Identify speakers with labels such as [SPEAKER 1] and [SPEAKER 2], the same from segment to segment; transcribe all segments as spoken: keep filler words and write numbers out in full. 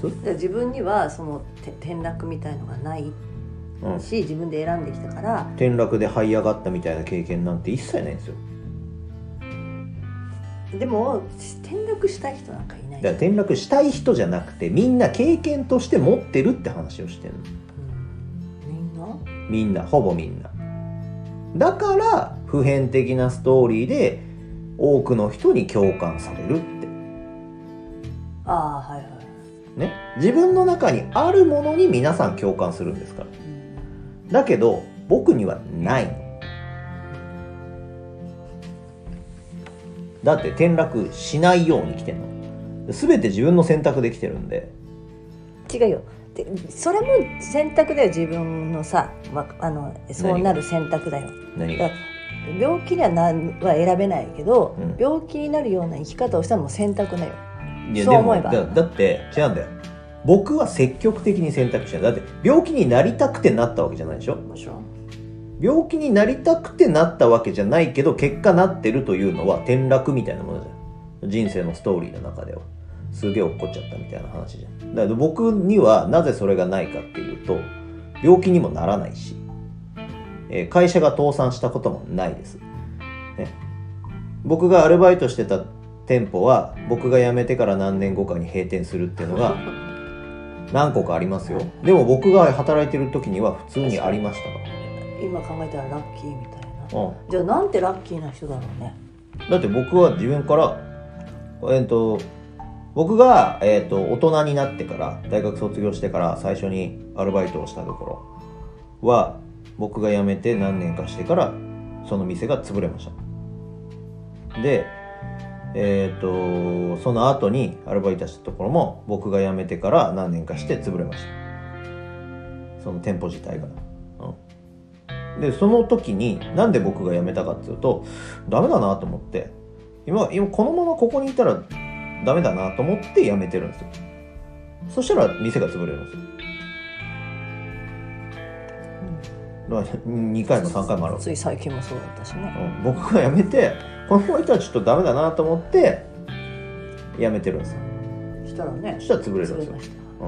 [SPEAKER 1] 。
[SPEAKER 2] 自分にはその転落みたいのがないし、うん、自分で選んできたから。
[SPEAKER 1] 転落で這い上がったみたいな経験なんて一切ないんですよ。
[SPEAKER 2] でも転落したい人なんかいない。
[SPEAKER 1] だから転落したい人じゃなくて、みんな経験として持ってるって話をしてるの、
[SPEAKER 2] うん、みんな
[SPEAKER 1] みんなほぼみんなだから、普遍的なストーリーで多くの人に共感されるって。
[SPEAKER 2] ああ、はいはい
[SPEAKER 1] ね、自分の中にあるものに皆さん共感するんですから、うん、だけど僕にはないの。だって転落しないように来てんの。全て自分の選択できてるんで。
[SPEAKER 2] 違うよ。でそれも選択だよ、自分のさ、ま、あのそうなる選択だよ。
[SPEAKER 1] 何が？
[SPEAKER 2] 病気にはなは選べないけど、
[SPEAKER 1] うん、
[SPEAKER 2] 病気になるような生き方をしたのも選択だよ。
[SPEAKER 1] いや
[SPEAKER 2] そう思えば。
[SPEAKER 1] でも だ, だって違うんだよ。僕は積極的に選択してる。だって病気になりたくてなったわけじゃないでしょ。
[SPEAKER 2] もちろん
[SPEAKER 1] 病気になりたくてなったわけじゃないけど、結果なってるというのは転落みたいなものじゃん。人生のストーリーの中ではすげえ落っこっちゃったみたいな話じゃん。だけど僕にはなぜそれがないかっていうと、病気にもならないし、えー、会社が倒産したこともないです、ね、僕がアルバイトしてた店舗は僕が辞めてから何年後かに閉店するっていうのが何個かありますよ。でも僕が働いてる時には普通にありましたから。
[SPEAKER 2] 今考えたらラッキーみたいな、
[SPEAKER 1] うん、
[SPEAKER 2] じゃあなんてラッキーな人だろうね。
[SPEAKER 1] だって僕は自分からえっと僕が、えー、と大人になってから大学卒業してから最初にアルバイトをしたところは、僕が辞めて何年かしてからその店が潰れました。で、えー、とその後にアルバイトしたところも僕が辞めてから何年かして潰れました。その店舗自体が、うん、でその時になんで僕が辞めたかっていうと、ダメだなと思って、今今このままここにいたらダメだなと思って辞めてるんですよ。そしたら店が潰れるんですよ。だからにかいもさんかいもあるわけ。
[SPEAKER 2] つい最近もそうだったしね、
[SPEAKER 1] うん、僕が辞めてこのままいたらちょっとダメだなと思って辞めてるんですよ。
[SPEAKER 2] したらね、
[SPEAKER 1] そしたら潰れるんですよ、うん、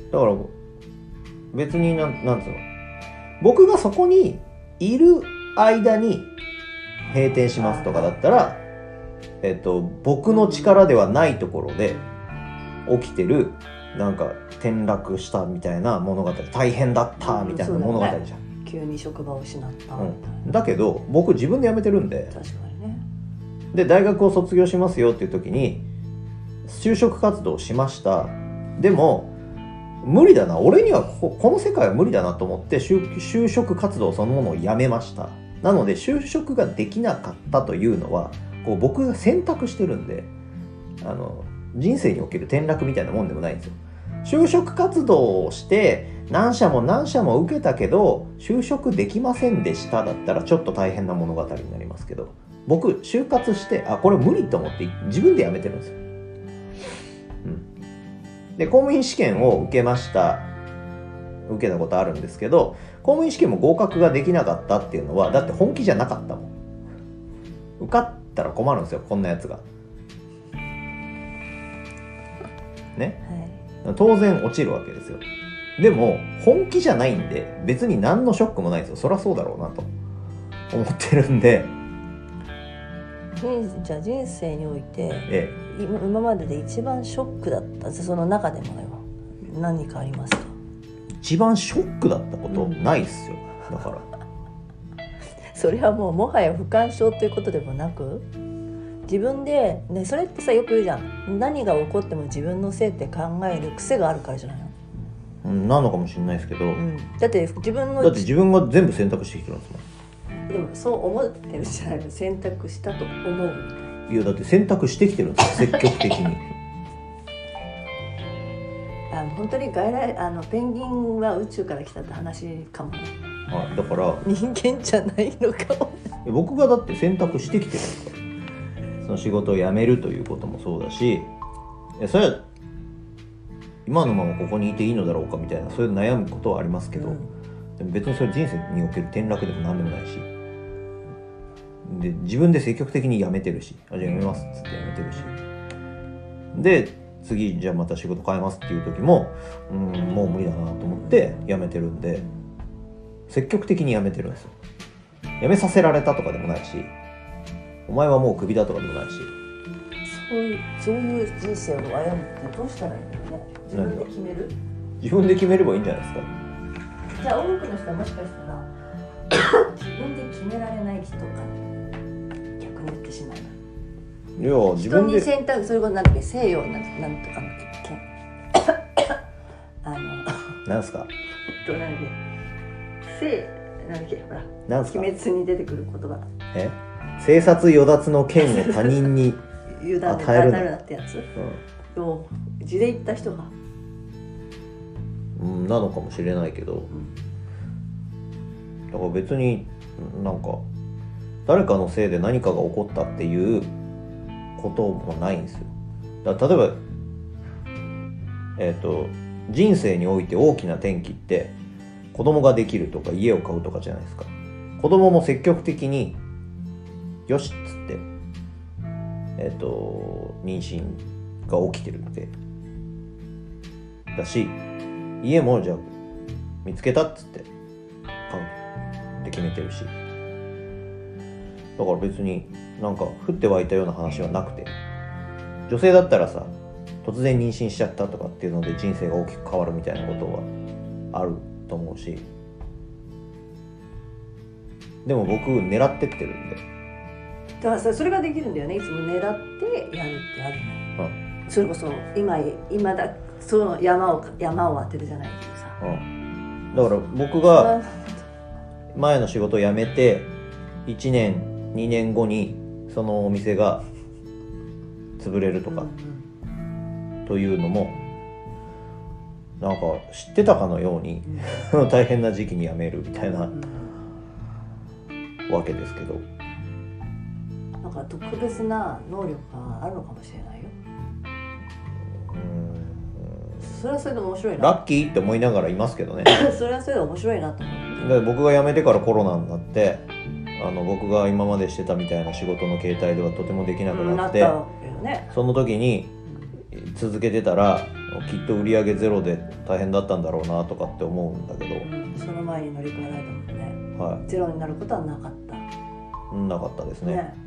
[SPEAKER 1] だから別になんなんつうの、僕がそこにいる間に閉店しますとかだったら、えっと、僕の力ではないところで起きてるなんか転落したみたいな物語、大変だったみたいな物語じゃん、うんね、
[SPEAKER 2] 急に職場を失ったみたいな、
[SPEAKER 1] うん、だけど僕自分で辞めてるんで。
[SPEAKER 2] 確かにね。
[SPEAKER 1] で大学を卒業しますよっていう時に就職活動をしました。でも無理だな、俺にはここ、この世界は無理だなと思って就職活動そのものをやめました。なので就職ができなかったというのはこう僕が選択してるんで、あの人生における転落みたいなもんでもないんですよ。就職活動をして何社も何社も受けたけど就職できませんでしただったらちょっと大変な物語になりますけど、僕就活してあこれ無理と思って自分で辞めてるんですよ、うん、で公務員試験を受けました。受けたことあるんですけど、公務員試験も合格ができなかったっていうのはだって本気じゃなかったもん。受かったら困るんですよ、こんなやつがね、はい、当然落ちるわけですよ。でも本気じゃないんで別に何のショックもないんですよ。そりゃそうだろうなと思ってるんで。
[SPEAKER 2] じゃあ人生において、
[SPEAKER 1] え
[SPEAKER 2] え、今までで一番ショックだったその中でも何かありますか？
[SPEAKER 1] 一番ショックだったことないっすよ、うん、だから
[SPEAKER 2] それはもうもはや不干渉ということでもなく、自分で、ね、それってさよく言うじゃん、何が起こっても自分のせいって考える癖があるからじゃないの？
[SPEAKER 1] うん、なのかもしれないですけど、うん、
[SPEAKER 2] だって自分の
[SPEAKER 1] だって自分が全部選択してきてるんですもん。
[SPEAKER 2] でもそう思ってるじゃないの、選択したと思うみたいな。
[SPEAKER 1] いやだって選択してきてるんですよ積極的に
[SPEAKER 2] あの本当に外来あのペンギンは宇宙から来たって話かもね。
[SPEAKER 1] あだから
[SPEAKER 2] 人間じゃないのかも。
[SPEAKER 1] 僕がだって選択してきてるんですから、その仕事を辞めるということもそうだし、それは今のままここにいていいのだろうかみたいなそういう悩むことはありますけど、うん、でも別にそれ人生における転落でも何でもないし、で自分で積極的に辞めてるし、あじゃあ辞めますっつって辞めてるし、で次じゃあまた仕事変えますっていう時もうんもう無理だなと思って辞めてるんで、積極的に辞めてるんですよ。辞めさせられたとかでもないし、お前はもうクビだとかでもないし、
[SPEAKER 2] そういうそういう人生を歩むってどうしたらいいんだろうね。自分で決める。
[SPEAKER 1] 自分で決めればいいんじゃないですか。
[SPEAKER 2] じゃあ多くの人はもしかしたら自分で決められない人か逆に言ってしまう。
[SPEAKER 1] いや自分で
[SPEAKER 2] 人に選択、それこそなんだっけ、西洋なんなんとかの件あの
[SPEAKER 1] なんすか
[SPEAKER 2] どうなんだっけ、西なんだっけ、ほら
[SPEAKER 1] なんすか
[SPEAKER 2] 鬼滅に出てくる言葉、
[SPEAKER 1] え生殺与奪の権を他人に
[SPEAKER 2] 油断
[SPEAKER 1] 与えるな
[SPEAKER 2] 与えるなってやつを字で言った人が、
[SPEAKER 1] うん、なのかもしれないけど、だから別になんか誰かのせいで何かが起こったっていうこともないんですよ。だから例えばえっと人生において大きな転機って子供ができるとか家を買うとかじゃないですか。子供も積極的によしっつってえっと妊娠が起きてるんでだし、家もじゃあ見つけたっつって買うって決めてるし、だから別になんか降って湧いたような話はなくて、女性だったらさ突然妊娠しちゃったとかっていうので人生が大きく変わるみたいなことはあると思うし、でも僕狙ってってるんで、
[SPEAKER 2] だからさそれができるんだよね。いつも狙ってやるってあるの、うん、それこそ今今だその山を山を当てるじゃないけどさ、
[SPEAKER 1] うん、だから僕が前の仕事を辞めていちねんにねんごにそのお店が潰れるとか、うんうん、というのもなんか知ってたかのように、うん、大変な時期に辞めるみたいな、うん、わけですけど、
[SPEAKER 2] なんか特別な能力があるのかもしれないよ。うん、それはそれで面白いな。
[SPEAKER 1] ラッキーって思いながらいますけどね
[SPEAKER 2] それはそれで面白いなと思う。
[SPEAKER 1] で僕が辞めてからコロナになって、あの僕が今までしてたみたいな仕事の形態ではとてもできなくなって、
[SPEAKER 2] なったけどね、
[SPEAKER 1] その時に続けてたらきっと売り上げゼロで大変だったんだろうなとかって思うんだけど、うん、
[SPEAKER 2] その前に乗り越えられたもんね、
[SPEAKER 1] はい、
[SPEAKER 2] ゼロになることはなかった。
[SPEAKER 1] なかったですね。ね、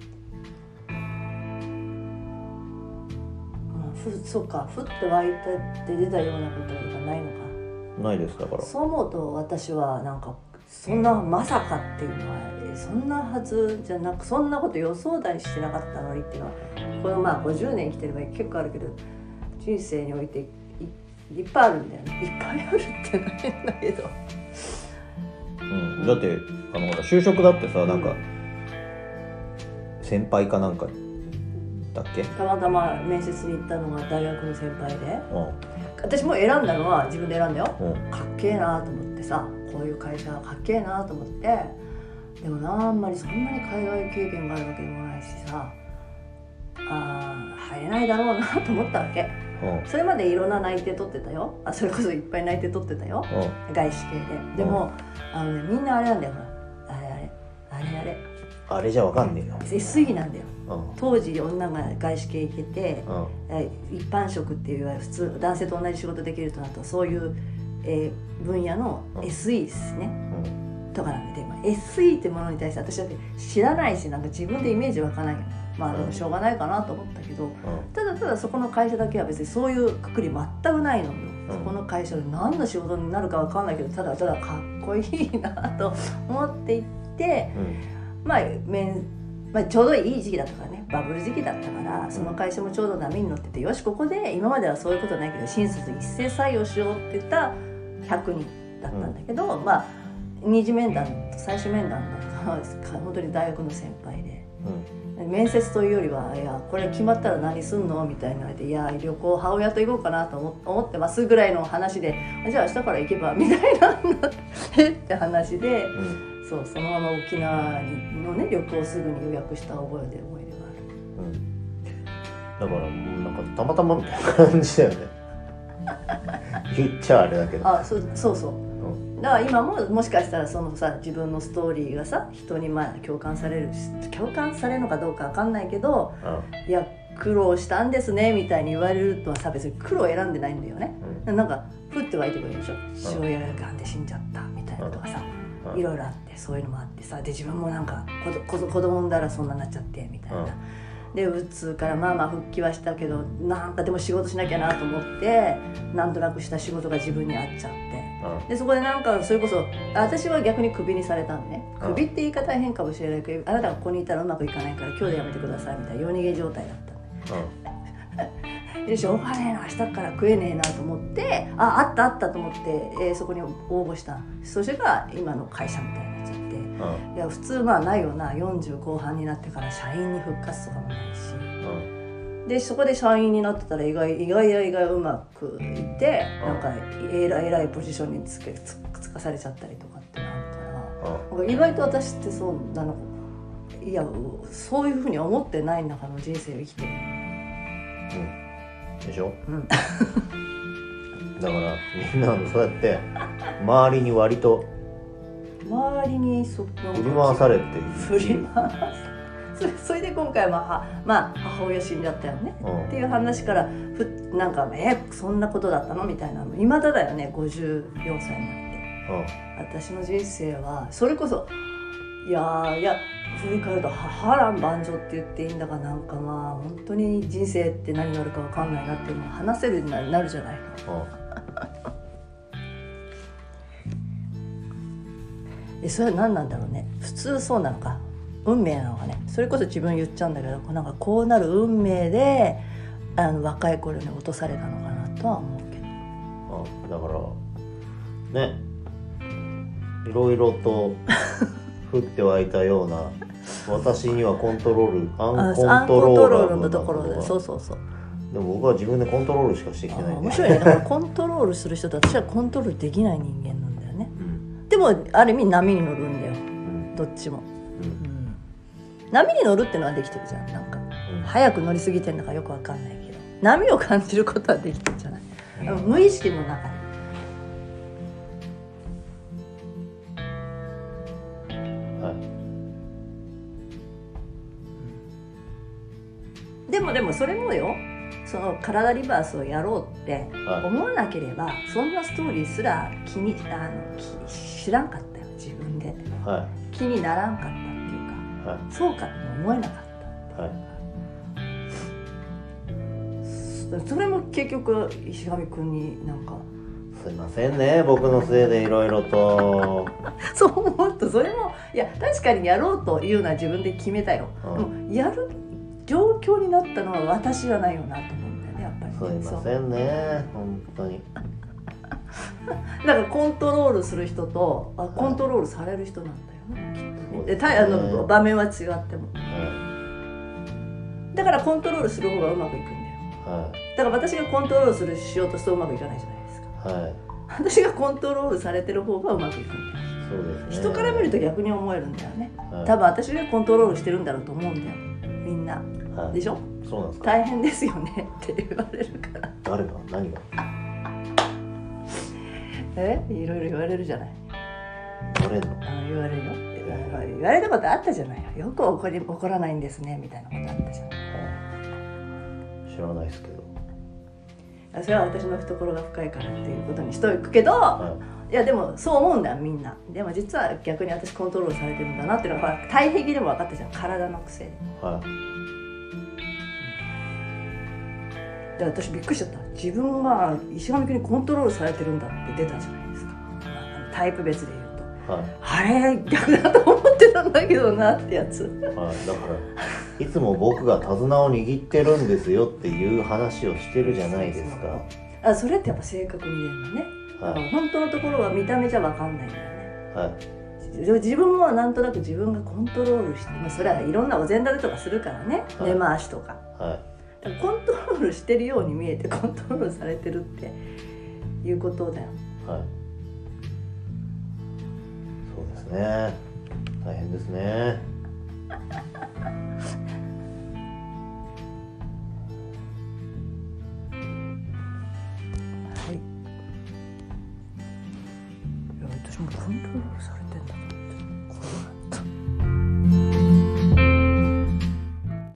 [SPEAKER 2] ふそうか、降って湧いてって出たようなことがないのか。
[SPEAKER 1] ないです。だから
[SPEAKER 2] そう思うと私はなんかそんなまさかっていうのはそんなはずじゃなく、そんなこと予想だにしてなかったのにっていうのは、このまあごじゅうねん生きてれば結構あるけど、人生において い, いっぱいあるんだよね。いっぱいあるってないんだけど、
[SPEAKER 1] うん、だってあの就職だってさ、なんか、うん、先輩かなんかだっけ、
[SPEAKER 2] たまたま面接に行ったのが大学の先輩で、
[SPEAKER 1] うん、
[SPEAKER 2] 私も選んだのは自分で選んだよ、うん、かっけえなと思ってさ、こういう会社かっけえなと思って、でもな、あんまりそんなに海外経験があるわけでもないしさ、あ入れないだろうなと思ったわけ、うん、それまでいろんな内定取ってたよ。あ、それこそいっぱい内定取ってたよ、うん、外資系で。でも、うん、あのね、みんなあれなんだよ、あれあれあれあれ
[SPEAKER 1] あれじゃわかんねえよ、
[SPEAKER 2] エスイー なんだよ、うん、当時女が外資系行けて、うん、一般職っていういわゆる普通男性と同じ仕事できるとなると、そういう、えー、分野の エスイー ですね、うん、とかなんで、まあ、エスイー ってものに対して私だって知らないし、なんか自分でイメージ湧かないよね。まあでもしょうがないかなと思ったけど、うん、ただただそこの会社だけは別にそういうくくり全くないのよ、うん、そこの会社で何の仕事になるか分かんないけど、ただただかっこいいなと思っていって、うん、まあ面まあ、ちょうどいい時期だったからね、バブル時期だったから、その会社もちょうど波に乗ってて、よしここで今まではそういうことないけど新卒一斉採用しようって言ったひゃくにんだったんだけど、うん、まあ二次面談と最終面談なんか本当に大学の先輩で、うん、面接というよりは、いやこれ決まったら何すんのみたいなで、いや旅行母親と行こうかなと思ってますぐらいの話で、じゃあ明日から行けばみたいなって話で、うん、そうそのまま沖縄のね旅行をすぐに予約した覚えで思い出が
[SPEAKER 1] ある、うん、だからなんかたまたまみたいな感じだよね言っちゃあれだけど、
[SPEAKER 2] あ、そうそうそう、うん、だから今ももしかしたらそのさ自分のストーリーがさ人にまあ共感される共感されるのかどうかわかんないけど、うん、いや苦労したんですねみたいに言われるとはさ、別に苦労を選んでないんだよね、うん、なんかふって湧いてくるでしょ、父親ががんで死んじゃったみたいなとかさ、いろいろあって、そういうのもあってさ、で自分もなんか子供産んだらそんなになっちゃってみたいな、でうつからまあまあ復帰はしたけど、なんかでも仕事しなきゃなと思ってなんとなくした仕事が自分に合っちゃって、でそこでなんかそれこそ私は逆にクビにされたんね。クビって言い方は変かもしれないけど、あなたがここにいたらうまくいかないから今日でやめてくださいみたいな夜逃げ状態だったんで、でしょうがねえな、明日から食えねえなと思って、ああったあったと思って、えー、そこに応募した。そしてが今の会社みたいになっちゃって、うん、いや普通まあないよな、よんじゅう後半になってから社員に復活とかもないし、うん、でそこで社員になってたら意外意外や意外うまくいって、うん、なんかえらいえらいポジションにつけつつかされちゃったりとかってなるから、うん、なんか意外と私ってそうなの、いやそういうふうに思ってない中の人生を生きてる、
[SPEAKER 1] うん、でしょ、うん、だからみんなそうやって周りに割と
[SPEAKER 2] 周りにそ
[SPEAKER 1] 振り回されて
[SPEAKER 2] 振り回すそれで今回は、まあ、母親死んじゃったよね、うん、っていう話からふなんかえそんなことだったのみたいな、いまだだよね、ごじゅうよんさいになって、うん、私の人生はそれこそいやいや振り返ると波乱万丈って言っていいんだか、なんかまあ本当に人生って何があるか分かんないなっていうのを話せるようになるじゃないの、うんでそれは何なんだろうね、普通そうなのか運命なのかね、それこそ自分言っちゃうんだけど、なんかこうなる運命であの若い頃に落とされたのかなとは思うけど、
[SPEAKER 1] あだからね、いろいろと降って湧いたような私にはコントロールアンコントロール
[SPEAKER 2] のところで、そうそうそう、
[SPEAKER 1] でも僕は自分でコントロールしかしてきてないんで、
[SPEAKER 2] 面白いね、だからコントロールする人と私はコントロールできない人間なんだよね、うん、でもある意味波に乗るんだよ、うん、どっちも、うんうん、波に乗るってのはできてるじゃん、なんか、うん、早く乗りすぎてるのかよくわかんないけど波を感じることはできてるじゃない、うん、無意識の中で、でもでもそれもよ、その体リバースをやろうって思わなければ、はい、そんなストーリーすら気にあの気知らんかったよ自分で、はい、気にならんかったっていうか、はい、そうかとも思えなかった、はい、それも結局石上くんになんか
[SPEAKER 1] すいませんね、僕のせいでいろいろと
[SPEAKER 2] そう思うと、それもいや確かにやろうというのは自分で決めたよ、うん、でもやる状況になったのは私じゃないよなと思うんだよね、やっぱり。
[SPEAKER 1] すいませんね、本当に。
[SPEAKER 2] だからコントロールする人とあコントロールされる人なんだよね、きっとね。で、あの場面は違っても、はい、だからコントロールする方がうまくいくんだよ、はい、だから私がコントロールするしようとするとうまくいかないじゃないですか、はい、私がコントロールされてる方がうまくいくんだよ。
[SPEAKER 1] そうですね、
[SPEAKER 2] 人から見ると逆に思えるんだよね、はい、多分私がコントロールしてるんだろうと思うんだよみんな、はい、でしょ。
[SPEAKER 1] そうなんですか。
[SPEAKER 2] 大変ですよねって言われるから。
[SPEAKER 1] 誰が何が
[SPEAKER 2] えいろいろ言われるじゃない。
[SPEAKER 1] 言われるの？
[SPEAKER 2] あ言われるよ。言われたことあったじゃないよ。よく怒り怒らないんですねみたいなことあったじゃない、
[SPEAKER 1] はい、知らないですけど、
[SPEAKER 2] それは私の懐が深いからっていうことにしとくけど、はい、いやでもそう思うんだよみんな。でも実は逆に私コントロールされてるんだなっていうのは体壁でも分かったじゃん、体の癖で、はい、で私びっくりしちゃった。自分は石上君にコントロールされてるんだって出たじゃないですか、タイプ別で言うと、はい、あれ逆だと思ってたんだけどなってやつ、
[SPEAKER 1] はい、だからいつも僕が手綱を握ってるんですよっていう話をしてるじゃないですか。
[SPEAKER 2] あそれってやっぱ正確に言えるのね、はい、だから本当のところは見た目じゃ分かんないんだよね、はい、自分はなんとなく自分がコントロールして、まあ、それはいろんなお膳立てとかするからね、はい、根回しとか、はい、だからコントロールしてるように見えてコントロールされてるっていうことだよ、はい、
[SPEAKER 1] そうですね、大変ですね
[SPEAKER 2] 私もコントロールされ